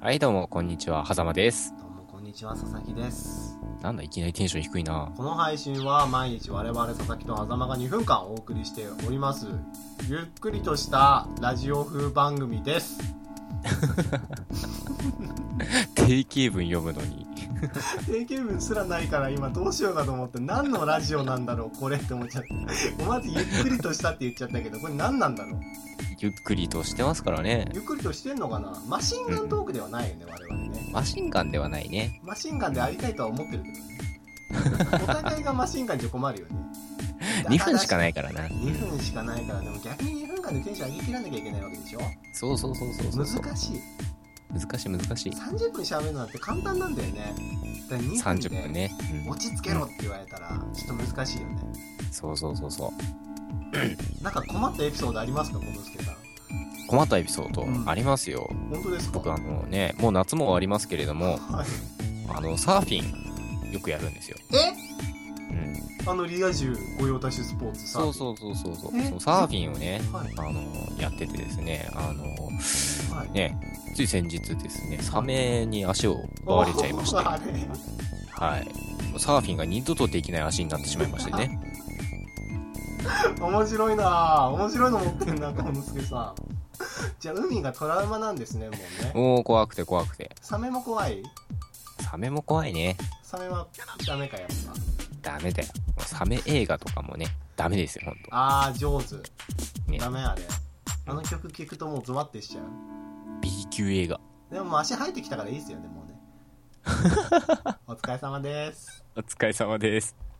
はい、どうも、こんにちは、はざまです。 どうもこんにちは、佐々木です。 なんだ、いきなりテンション低いな。 この配信は毎日我々佐々木と狭間が2分間お送りしておりますゆっくりとしたラジオ風番組です。 定型文読むのに。 定型文すらないから今どうしようかと思って何のラジオなんだろうこれって思っちゃったまずゆっくりとしたって言っちゃったけどこれ何なんだろう。 ゆっくりとしてますからね。 ゆっくりとしてんのかな。マシンガントークではないよね、我々ね。 マシンガンではないね。 マシンガンでありたいとは思ってるけどね。お互いがマシンガンじゃ困るよね。 2分しかないからな。 2分しかないから。でも逆に2分間でテンション上げきらなきゃいけないわけでしょ。 そうそうそうそうそう。 難しい。 難しい難しい。 30分喋るのなんて簡単なんだよね。だから2分 30分でね。 落ち着けろって言われたらちょっと難しいよね。 そうそうそうそう。 なんか困ったエピソードありますか、小之助さん。 困ったエピソードありますよ。 本当ですか。 僕もう夏も終わりますけれども、 はい、 サーフィンよくやるんですよ。 リア充御用達スポーツさ。 そうそうそうそうそう。そのサーフィンをね、 はい、 やっててですね、 はい、 ね、つい先日ですね、サメに足を奪われちゃいまして、 あれはい。サーフィンが二度とできない足になってしまいましてね。 面白いなぁ。面白いの持ってるな、小之助さん。じゃあ海がトラウマなんですね、もうね。 もう怖くて怖くて。 サメも怖い。 サメも怖いね。 サメはダメか、やっダメだよ。サメ映画とかもね、ダメですよ、ほんと。 ぱ。上手。 ね、 ダメあれ。あの曲聴くともうゾワってしちゃう。 B 級映画。 でももう足生えてきたからいいっすよね、もうね。お疲れ様です。 お疲れ様です。